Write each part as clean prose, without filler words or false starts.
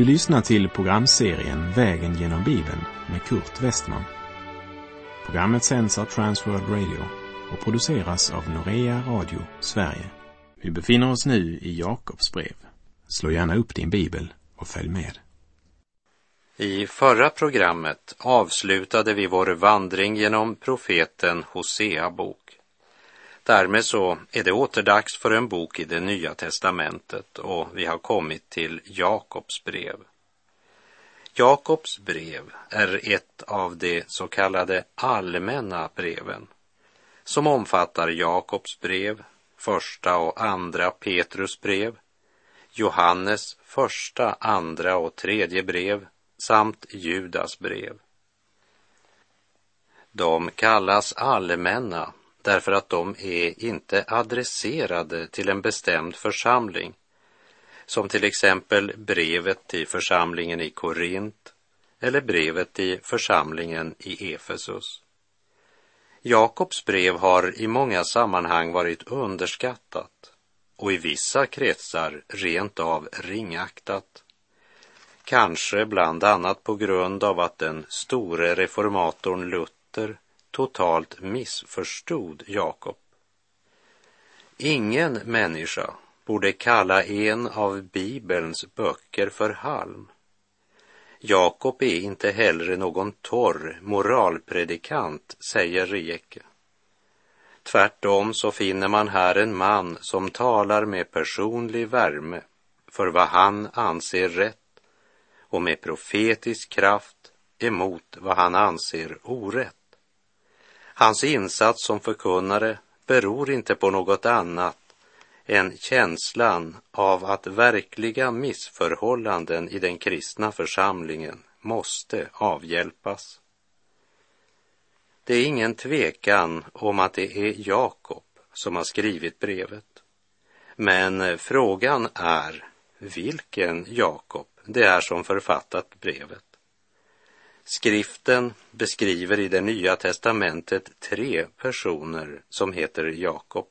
Du lyssnar till programserien Vägen genom Bibeln med Kurt Westman. Programmet sänds av Transworld Radio och produceras av Norea Radio Sverige. Vi befinner oss nu i Jakobs brev. Slå gärna upp din bibel och följ med. I förra programmet avslutade vi vår vandring genom profeten Hosea bok. Därmed så är det återdags för en bok i det Nya testamentet och vi har kommit till Jakobs brev. Jakobs brev är ett av de så kallade allmänna breven som omfattar Jakobs brev, första och andra Petrus brev, Johannes första, andra och tredje brev samt Judas brev. De kallas allmänna därför att de är inte adresserade till en bestämd församling, som till exempel brevet till församlingen i Korint eller brevet till församlingen i Efesus. Jakobs brev har i många sammanhang varit underskattat och i vissa kretsar rent av ringaktat. Kanske bland annat på grund av att den store reformatorn Luther totalt missförstod Jakob. Ingen människa borde kalla en av Bibelns böcker för halm. Jakob är inte heller någon torr moralpredikant, säger Rieke. Tvärtom så finner man här en man som talar med personlig värme för vad han anser rätt och med profetisk kraft emot vad han anser orätt. Hans insats som förkunnare beror inte på något annat än känslan av att verkliga missförhållanden i den kristna församlingen måste avhjälpas. Det är ingen tvekan om att det är Jakob som har skrivit brevet. Men frågan är vilken Jakob det är som författat brevet. Skriften beskriver i det Nya testamentet 3 personer som heter Jakob.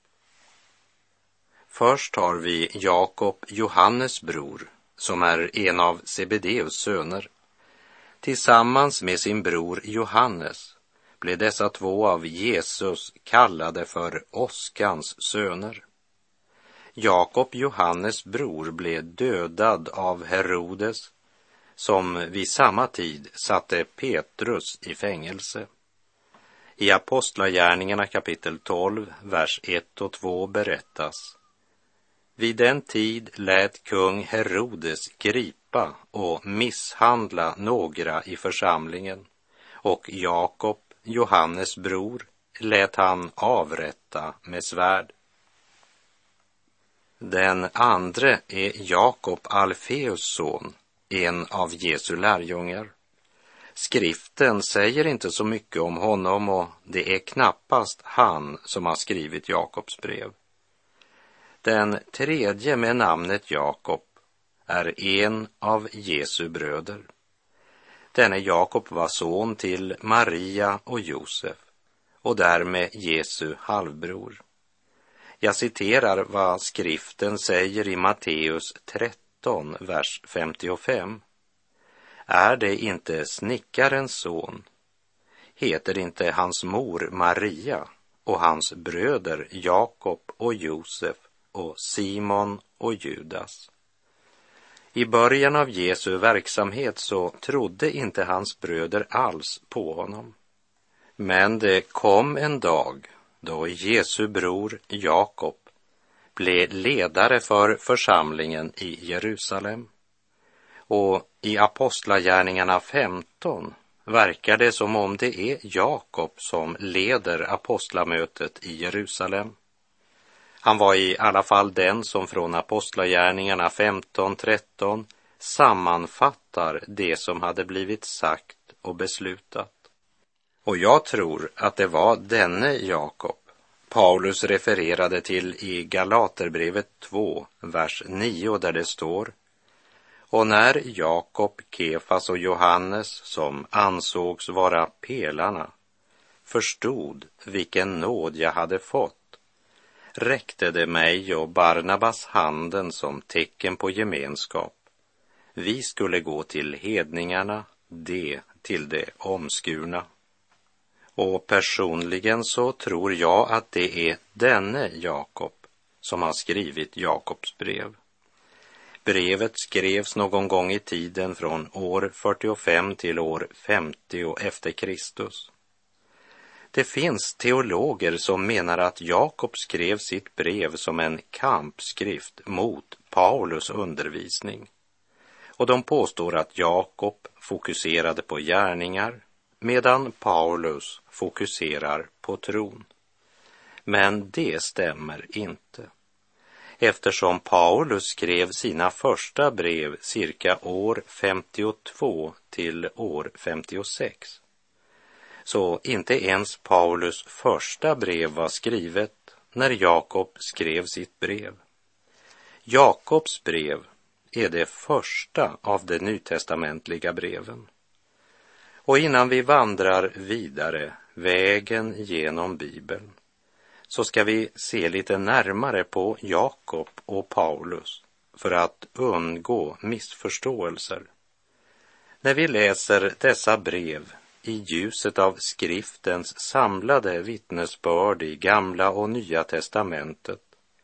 Först har vi Jakob, Johannes bror, som är en av Zebedeus söner. Tillsammans med sin bror Johannes blev dessa 2 av Jesus kallade för åskans söner. Jakob, Johannes bror, blev dödad av Herodes, som vid samma tid satte Petrus i fängelse. I Apostlagärningarna kapitel 12, vers 1 och 2 berättas: vid den tid lät kung Herodes gripa och misshandla några i församlingen, och Jakob, Johannes bror, lät han avrätta med svärd. Den andra är Jakob, Alfeus son, en av Jesu lärjungar. Skriften säger inte så mycket om honom och det är knappast han som har skrivit Jakobs brev. Den tredje med namnet Jakob är en av Jesu bröder. Denne Jakob var son till Maria och Josef och därmed Jesu halvbror. Jag citerar vad skriften säger i Matteus 13, vers 55. Är det inte snickarens son? Heter inte hans mor Maria och hans bröder Jakob och Josef och Simon och Judas? I början av Jesu verksamhet så trodde inte hans bröder alls på honom. Men det kom en dag då Jesu bror Jakob blev ledare för församlingen i Jerusalem. Och i Apostlagärningarna 15 verkar det som om det är Jakob som leder apostlamötet i Jerusalem. Han var i alla fall den som från Apostlagärningarna 15:13 sammanfattar det som hade blivit sagt och beslutat. Och jag tror att det var denne Jakob Paulus refererade till i Galaterbrevet 2, vers 9, där det står: och när Jakob, Kefas och Johannes, som ansågs vara pelarna, förstod vilken nåd jag hade fått, räckte det mig och Barnabas handen som tecken på gemenskap, Vi skulle gå till hedningarna, de till det omskurna. Och personligen så tror jag att det är denne Jakob som har skrivit Jakobs brev. Brevet skrevs någon gång i tiden från år 45 till år 50 efter Kristus. Det finns teologer som menar att Jakob skrev sitt brev som en kampskrift mot Paulus undervisning. Och de påstår att Jakob fokuserade på gärningar medan Paulus fokuserar på tron. Men det stämmer inte. Eftersom Paulus skrev sina första brev cirka år 52 till år 56. Så inte ens Paulus första brev var skrivet när Jakob skrev sitt brev. Jakobs brev är det första av de nytestamentliga breven. Och innan vi vandrar vidare vägen genom Bibeln så ska vi se lite närmare på Jakob och Paulus för att undgå missförståelser. När vi läser dessa brev i ljuset av skriftens samlade vittnesbörd i Gamla och Nya testamentet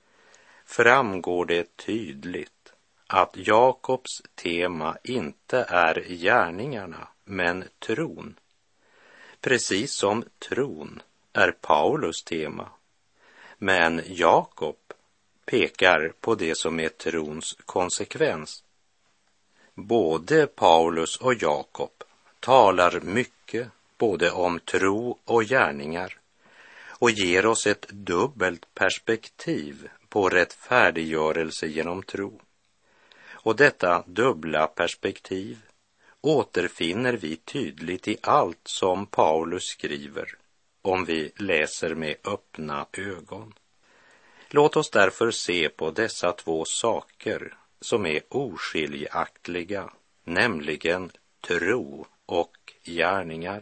framgår det tydligt att Jakobs tema inte är gärningarna men tron. Precis som tron är Paulus tema. Men Jakob pekar på det som är trons konsekvens. Både Paulus och Jakob talar mycket både om tro och gärningar och ger oss ett dubbelt perspektiv på rättfärdiggörelse genom tro. Och detta dubbla perspektiv återfinner vi tydligt i allt som Paulus skriver om vi läser med öppna ögon. Låt oss därför se på dessa två saker som är oskiljaktiga, nämligen tro och gärningar.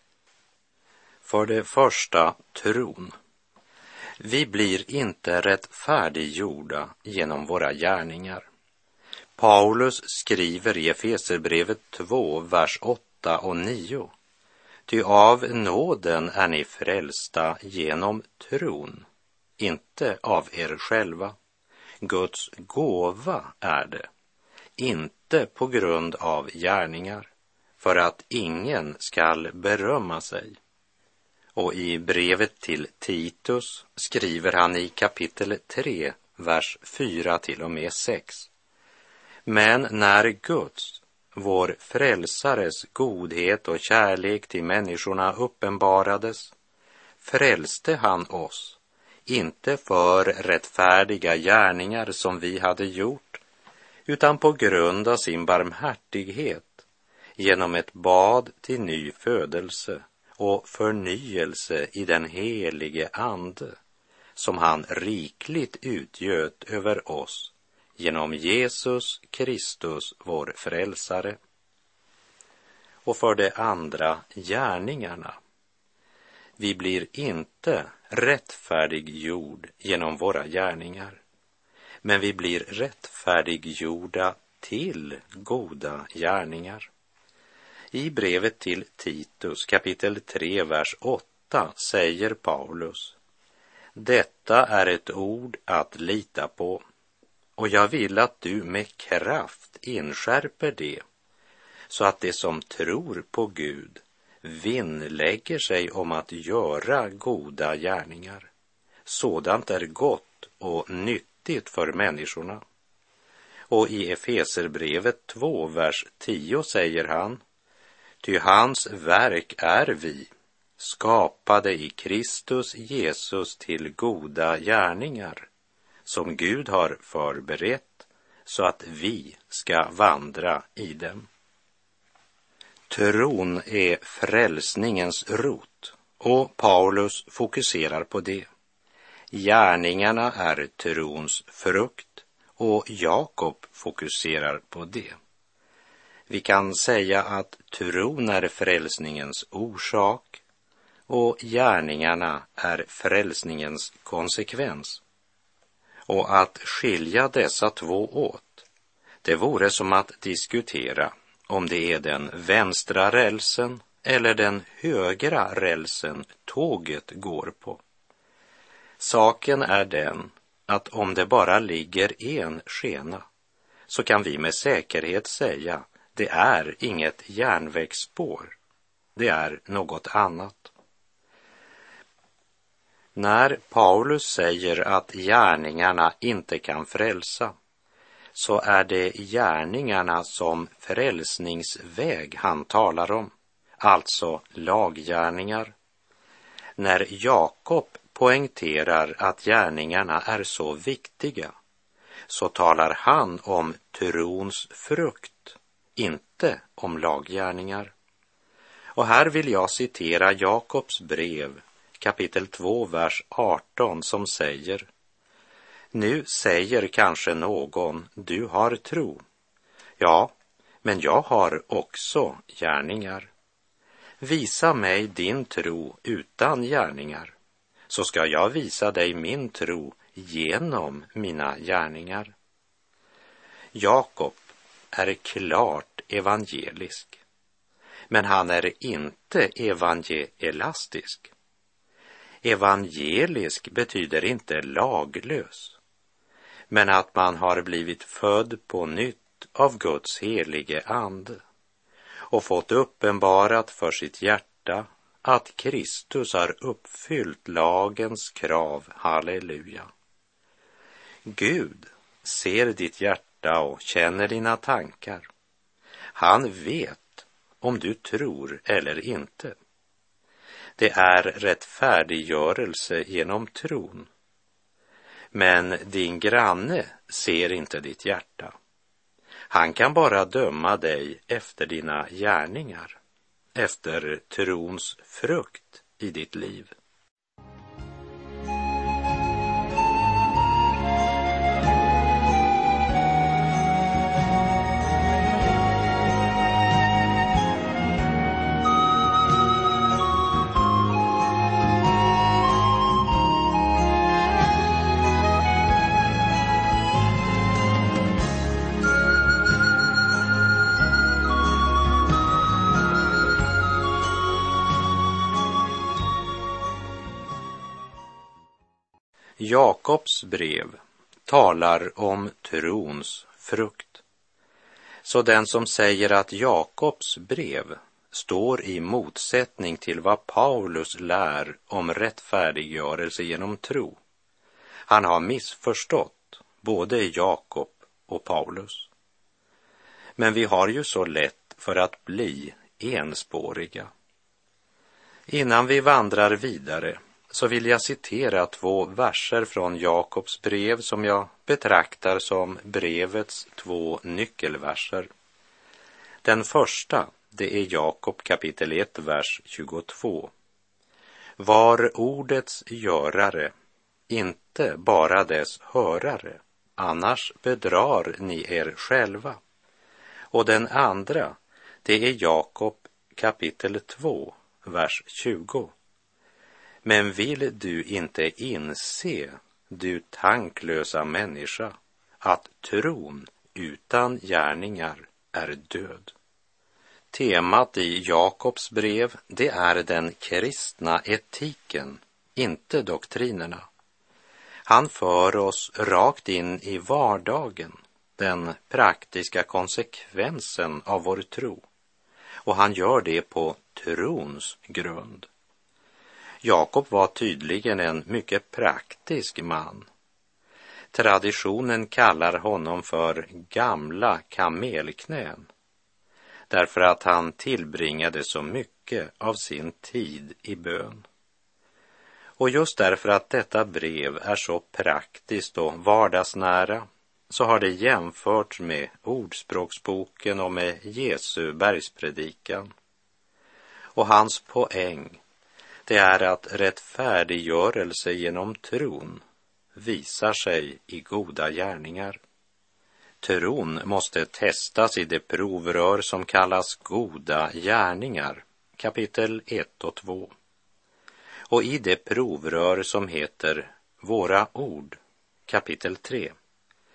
För det första, tron. Vi blir inte rättfärdiggjorda genom våra gärningar. Paulus skriver i Efeserbrevet 2, vers 8 och 9. Ty av nåden är ni frälsta genom tron, inte av er själva. Guds gåva är det, inte på grund av gärningar, för att ingen skall berömma sig. Och i brevet till Titus skriver han i kapitel 3, vers 4 till och med 6. Men när Guds, vår frälsares godhet och kärlek till människorna uppenbarades, frälste han oss, inte för rättfärdiga gärningar som vi hade gjort, utan på grund av sin barmhärtighet, genom ett bad till ny födelse och förnyelse i den helige ande, som han rikligt utgöt över oss, genom Jesus Kristus, vår frälsare. Och för det andra, gärningarna. Vi blir inte rättfärdiggjord genom våra gärningar, men vi blir rättfärdiggjorda till goda gärningar. I brevet till Titus, kapitel 3, vers 8, säger Paulus: detta är ett ord att lita på, och jag vill att du med kraft inskärper det, så att det som tror på Gud vinnlägger sig om att göra goda gärningar. Sådant är gott och nyttigt för människorna. Och i Efeserbrevet 2, vers 10 säger han: ty hans verk är vi, skapade i Kristus Jesus till goda gärningar, som Gud har förberett så att vi ska vandra i dem. Tron är frälsningens rot, och Paulus fokuserar på det. Gärningarna är trons frukt, och Jakob fokuserar på det. Vi kan säga att tron är frälsningens orsak, och gärningarna är frälsningens konsekvens. Och att skilja dessa två åt, Det vore som att diskutera om det är den vänstra rälsen eller den högra rälsen tåget går på. Saken är den att om det bara ligger en skena så kan vi med säkerhet säga det är inget järnvägsspår, det är något annat. När Paulus säger att gärningarna inte kan frälsa, så är det gärningarna som frälsningsväg han talar om, alltså laggärningar. När Jakob poängterar att gärningarna är så viktiga, så talar han om trons frukt, inte om laggärningar. Och här vill jag citera Jakobs brev, kapitel 2, vers 18, som säger: Nu säger kanske någon, du har tro. Ja, men jag har också gärningar. Visa mig din tro utan gärningar, så ska jag visa dig min tro genom mina gärningar. Jakob är klart evangelisk, men han är inte evangelastisk. Evangelisk betyder inte laglös, men att man har blivit född på nytt av Guds helige ande och fått uppenbarat för sitt hjärta att Kristus har uppfyllt lagens krav. Halleluja. Gud ser ditt hjärta och känner dina tankar. Han vet om du tror eller inte. Det är rättfärdiggörelse genom tron. Men din granne ser inte ditt hjärta. Han kan bara döma dig efter dina gärningar, efter trons frukt i ditt liv. Jakobs brev talar om trons frukt. Så den som säger att Jakobs brev står i motsättning till vad Paulus lär om rättfärdiggörelse genom tro, han har missförstått både Jakob och Paulus. Men vi har ju så lätt för att bli enspåriga. Innan vi vandrar vidare så vill jag citera 2 verser från Jakobs brev som jag betraktar som brevets 2 nyckelverser. Den första, det är Jakob kapitel 1, vers 22. Var ordets görare, inte bara dess hörare, annars bedrar ni er själva. Och den andra, det är Jakob kapitel 2, vers 20. Men vill du inte inse, du tanklösa människa, att tron utan gärningar är död? Temat i Jakobs brev, det är den kristna etiken, inte doktrinerna. Han för oss rakt in i vardagen, den praktiska konsekvensen av vår tro. Och han gör det på trons grund. Jakob var tydligen en mycket praktisk man. Traditionen kallar honom för gamla kamelknän, därför att han tillbringade så mycket av sin tid i bön. Och just därför att detta brev är så praktiskt och vardagsnära, så har det jämförts med Ordspråksboken och med Jesu bergspredikan. Och hans poäng, det är att rättfärdiggörelse genom tron visar sig i goda gärningar. Tron måste testas i det provrör som kallas goda gärningar, kapitel 1 och 2. Och i det provrör som heter våra ord, kapitel 3.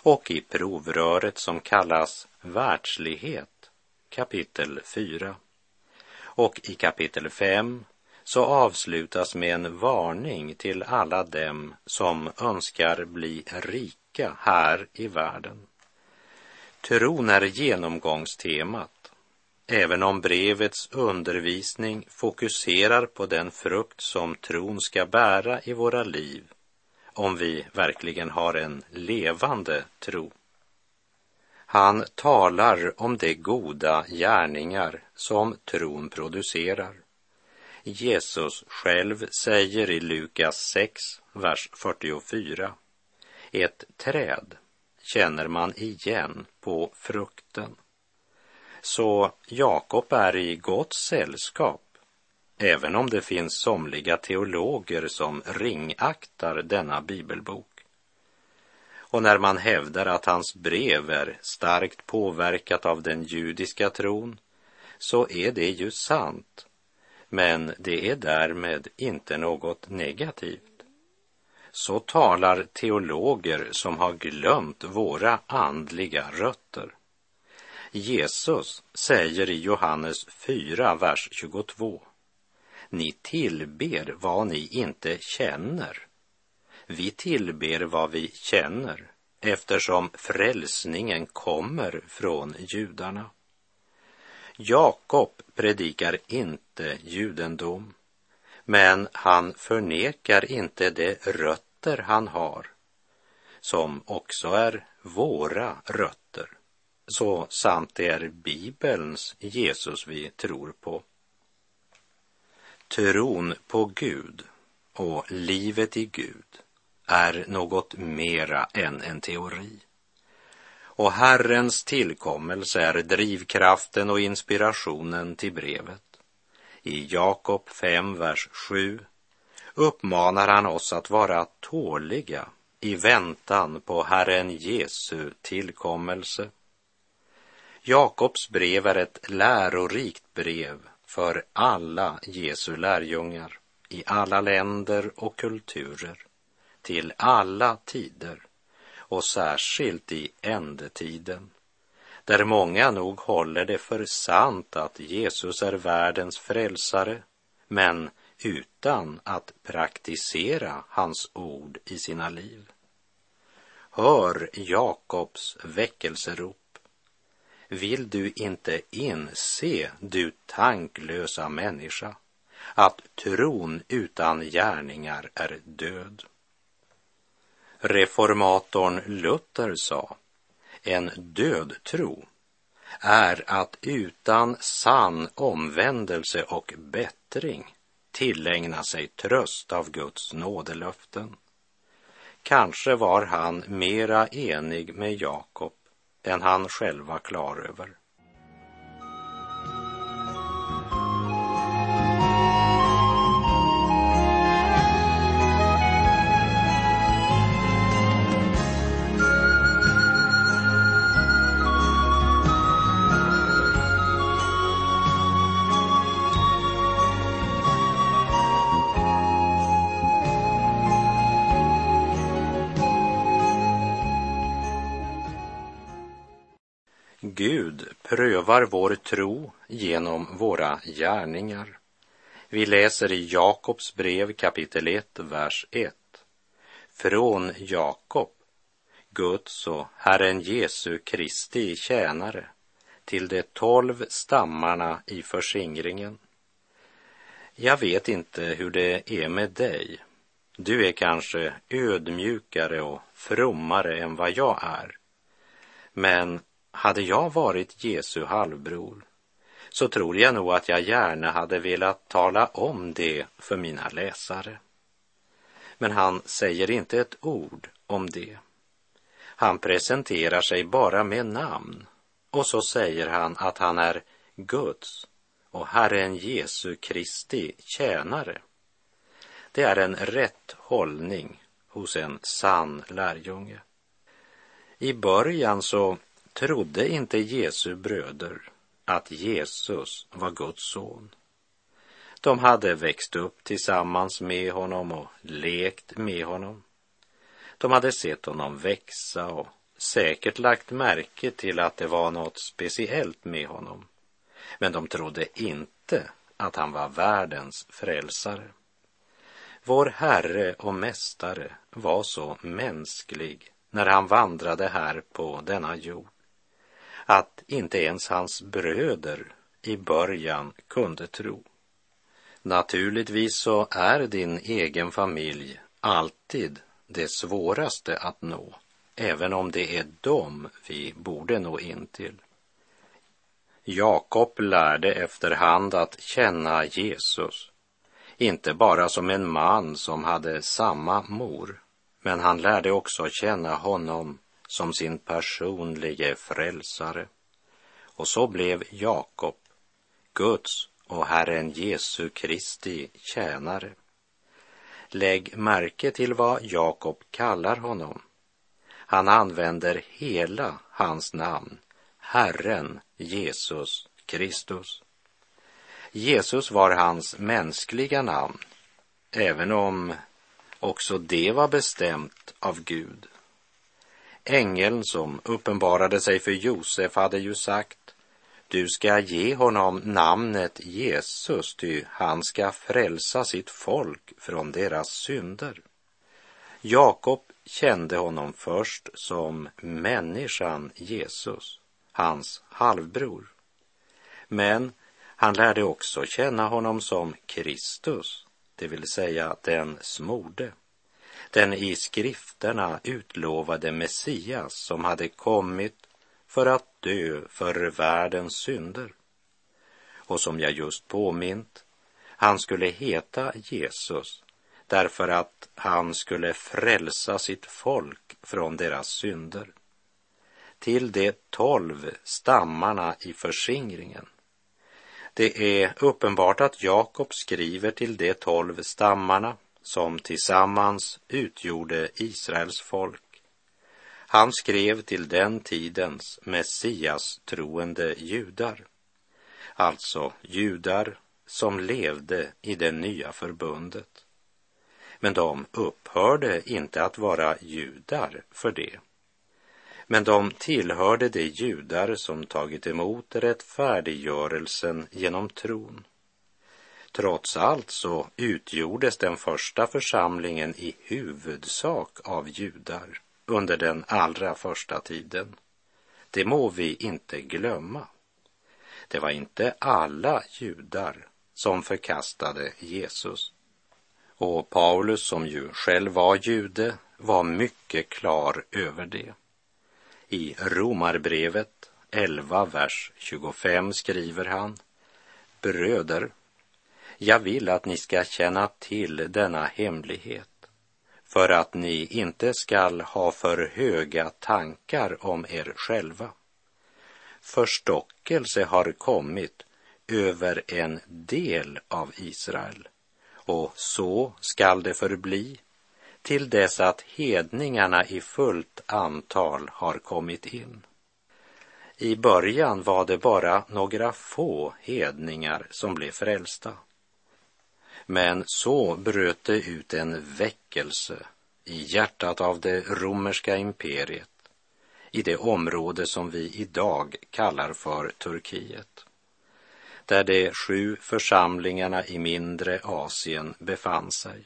och i provröret som kallas världslighet, kapitel 4. Och i kapitel 5 så avslutas med en varning till alla dem som önskar bli rika här i världen. Tron är genomgångstemat, även om brevets undervisning fokuserar på den frukt som tron ska bära i våra liv, om vi verkligen har en levande tro. Han talar om de goda gärningar som tron producerar. Jesus själv säger i Lukas 6, vers 44, ett träd känner man igen på frukten. Så Jakob är i gott sällskap, även om det finns somliga teologer som ringaktar denna bibelbok. Och när man hävdar att hans brev är starkt påverkat av den judiska tron, så är det ju sant, men det är därmed inte något negativt. Så talar teologer som har glömt våra andliga rötter. Jesus säger i Johannes 4, vers 22, ni tillber vad ni inte känner. Vi tillber vad vi känner, eftersom frälsningen kommer från judarna. Jakob predikar inte judendom, men han förnekar inte de rötter han har, som också är våra rötter, så sant det är Bibelns Jesus vi tror på. Tron på Gud och livet i Gud är något mera än en teori. Och Herrens tillkommelse är drivkraften och inspirationen till brevet. I Jakob 5, vers 7 uppmanar han oss att vara tåliga i väntan på Herren Jesu tillkommelse. Jakobs brev är ett lärorikt brev för alla Jesu lärjungar i alla länder och kulturer, till alla tider och särskilt i ändetiden, där många nog håller det för sant att Jesus är världens frälsare, men utan att praktisera hans ord i sina liv. Hör Jakobs väckelserop. Vill du inte inse, du tanklösa människa, att tron utan gärningar är död? Reformatorn Luther sa, en död tro är att utan sann omvändelse och bättring tillägna sig tröst av Guds nådelöften. Kanske var han mera enig med Jakob än han själv var klar över. Gud prövar vår tro genom våra gärningar. Vi läser i Jakobs brev kapitel 1, vers 1. Från Jakob, Guds och Herren Jesu Kristi tjänare, till de 12 stammarna i förskingringen. Jag vet inte hur det är med dig. Du är kanske ödmjukare och frommare än vad jag är. Men hade jag varit Jesu halvbror, så tror jag nog att jag gärna hade velat tala om det för mina läsare. Men han säger inte ett ord om det. Han presenterar sig bara med namn, och så säger han att han är Guds och Herren Jesu Kristi tjänare. Det är en rätt hållning hos en sann lärjunge. I början så trodde inte Jesu bröder att Jesus var Guds son. De hade växt upp tillsammans med honom och lekt med honom. De hade sett honom växa och säkert lagt märke till att det var något speciellt med honom, men de trodde inte att han var världens frälsare. Vår Herre och Mästare var så mänsklig när han vandrade här på denna jord, att inte ens hans bröder i början kunde tro. Naturligtvis så är din egen familj alltid det svåraste att nå, även om det är dem vi borde nå in till. Jakob lärde efterhand att känna Jesus, inte bara som en man som hade samma mor, men han lärde också känna honom som sin personlige frälsare. Och så blev Jakob Guds och Herren Jesu Kristi tjänare. Lägg märke till vad Jakob kallar honom. Han använder hela hans namn, Herren Jesus Kristus. Jesus var hans mänskliga namn, även om också det var bestämt av Gud. Ängeln som uppenbarade sig för Josef hade ju sagt: du ska ge honom namnet Jesus, ty han ska frälsa sitt folk från deras synder. Jakob kände honom först som människan Jesus, hans halvbror. Men han lärde också känna honom som Kristus, det vill säga den smorde, den i skrifterna utlovade Messias som hade kommit för att dö för världens synder. Och som jag just påmint, han skulle heta Jesus därför att han skulle frälsa sitt folk från deras synder. Till de 12 stammarna i förskingringen. Det är uppenbart att Jakob skriver till de 12 stammarna som tillsammans utgjorde Israels folk. Han skrev till den tidens Messias troende judar, alltså judar som levde i det nya förbundet. Men de upphörde inte att vara judar för det. Men de tillhörde de judar som tagit emot rättfärdiggörelsen genom tron. Trots allt så utgjordes den första församlingen i huvudsak av judar under den allra första tiden. Det må vi inte glömma. Det var inte alla judar som förkastade Jesus. Och Paulus, som ju själv var jude, var mycket klar över det. I Romarbrevet 11, vers 25 skriver han: bröder, jag vill att ni ska känna till denna hemlighet, för att ni inte skall ha för höga tankar om er själva. Förstockelse har kommit över en del av Israel, och så skall det förbli till dess att hedningarna i fullt antal har kommit in. I början var det bara några få hedningar som blev frälsta. Men så bröt det ut en väckelse i hjärtat av det romerska imperiet, i det område som vi idag kallar för Turkiet, där de 7 församlingarna i mindre Asien befann sig.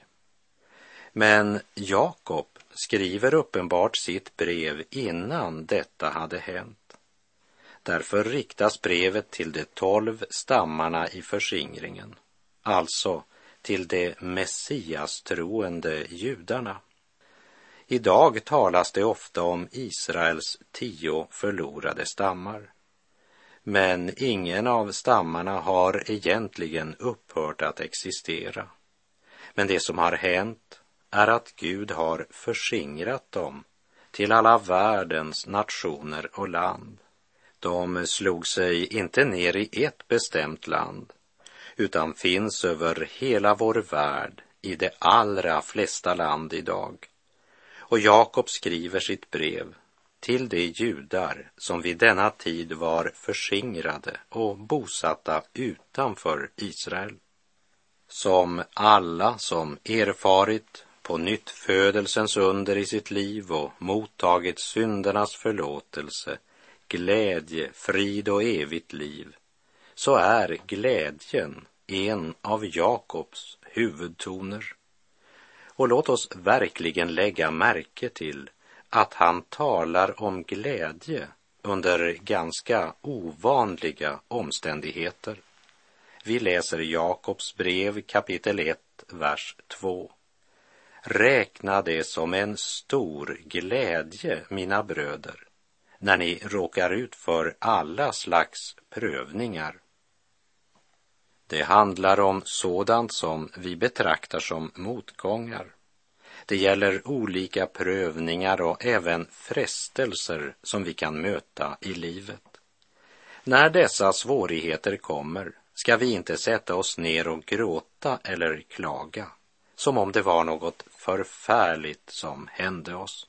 Men Jakob skriver uppenbart sitt brev innan detta hade hänt. Därför riktas brevet till de 12 stammarna i förskingringen, alltså till de messiastroende judarna. Idag talas det ofta om Israels 10 förlorade stammar. Men ingen av stammarna har egentligen upphört att existera. Men det som har hänt är att Gud har förskingrat dem till alla världens nationer och land. De slog sig inte ner i ett bestämt land, utan finns över hela vår värld i de allra flesta land idag. Och Jakob skriver sitt brev till de judar som vid denna tid var förskingrade och bosatta utanför Israel. Som alla som erfarit på nytt födelsens under i sitt liv och mottagit syndernas förlåtelse, glädje, frid och evigt liv, så är glädjen en av Jakobs huvudtoner. Och låt oss verkligen lägga märke till att han talar om glädje under ganska ovanliga omständigheter. Vi läser Jakobs brev kapitel 1, vers 2. Räkna det som en stor glädje, mina bröder, när ni råkar ut för alla slags prövningar. Det handlar om sådant som vi betraktar som motgångar. Det gäller olika prövningar och även frestelser som vi kan möta i livet. När dessa svårigheter kommer ska vi inte sätta oss ner och gråta eller klaga, som om det var något förfärligt som hände oss.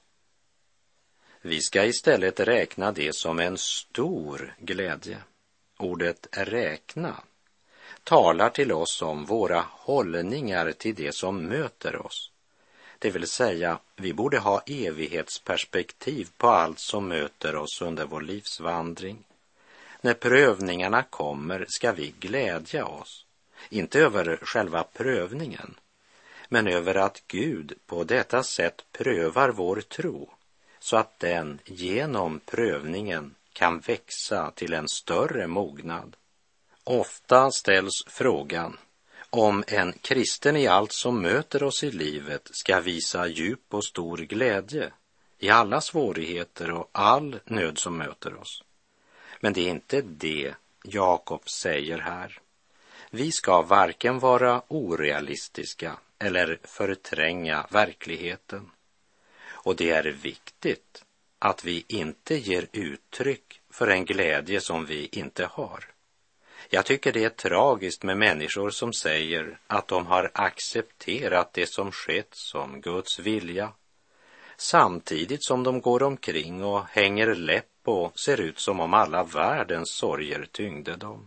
Vi ska istället räkna det som en stor glädje. Ordet räkna talar till oss om våra hållningar till det som möter oss. Det vill säga, vi borde ha evighetsperspektiv på allt som möter oss under vår livsvandring. När prövningarna kommer ska vi glädja oss, inte över själva prövningen, men över att Gud på detta sätt prövar vår tro, så att den genom prövningen kan växa till en större mognad. Ofta ställs frågan om en kristen i allt som möter oss i livet ska visa djup och stor glädje i alla svårigheter och all nöd som möter oss. Men det är inte det Jakob säger här. Vi ska varken vara orealistiska eller förtränga verkligheten. Och det är viktigt att vi inte ger uttryck för en glädje som vi inte har. Jag tycker det är tragiskt med människor som säger att de har accepterat det som skett som Guds vilja, samtidigt som de går omkring och hänger läpp och ser ut som om alla världens sorger tyngde dem.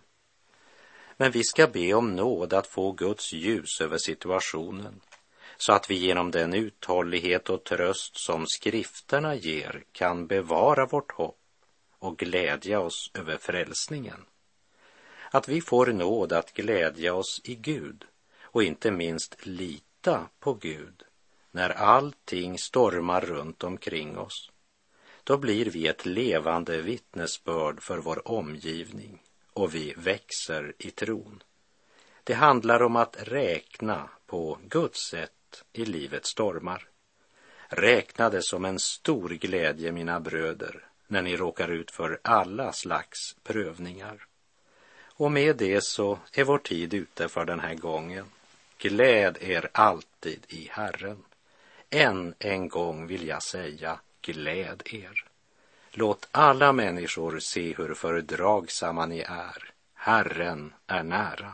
Men vi ska be om nåd att få Guds ljus över situationen, så att vi genom den uthållighet och tröst som skrifterna ger kan bevara vårt hopp och glädja oss över frälsningen. Att vi får nåd att glädja oss i Gud och inte minst lita på Gud när allting stormar runt omkring oss. Då blir vi ett levande vittnesbörd för vår omgivning och vi växer i tron. Det handlar om att räkna på Guds sätt i livets stormar. Räkna det som en stor glädje, mina bröder, när ni råkar ut för alla slags prövningar. Och med det så är vår tid ute för den här gången. Gläd er alltid i Herren. Än en gång vill jag säga, gläd er. Låt alla människor se hur fördragsamma ni är. Herren är nära.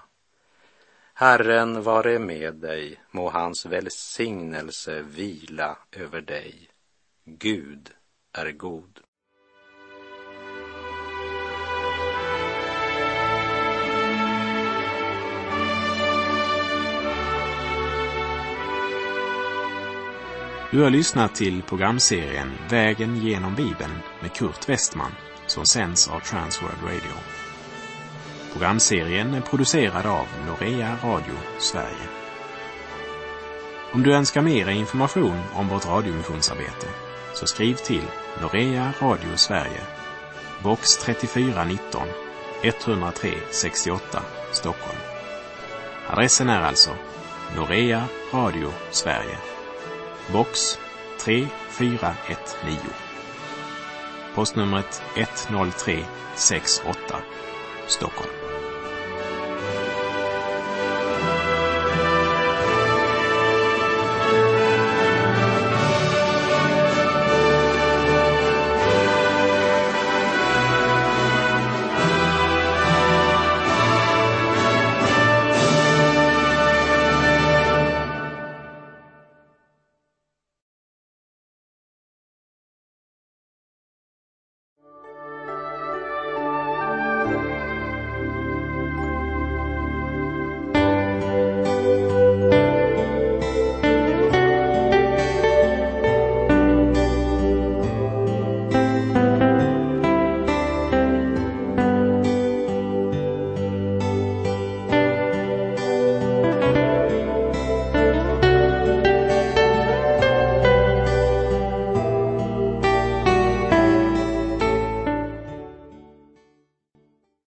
Herren vare med dig, må hans välsignelse vila över dig. Gud är god. Du har lyssnat till programserien Vägen genom Bibeln med Kurt Westman som sänds av Transworld Radio. Programserien är producerad av Norea Radio Sverige. Om du önskar mer information om vårt radiomissionsarbete så skriv till Norea Radio Sverige, box 3419 103 68 Stockholm. Adressen är alltså Norea Radio Sverige, box 3419. Postnumret 10368 Stockholm.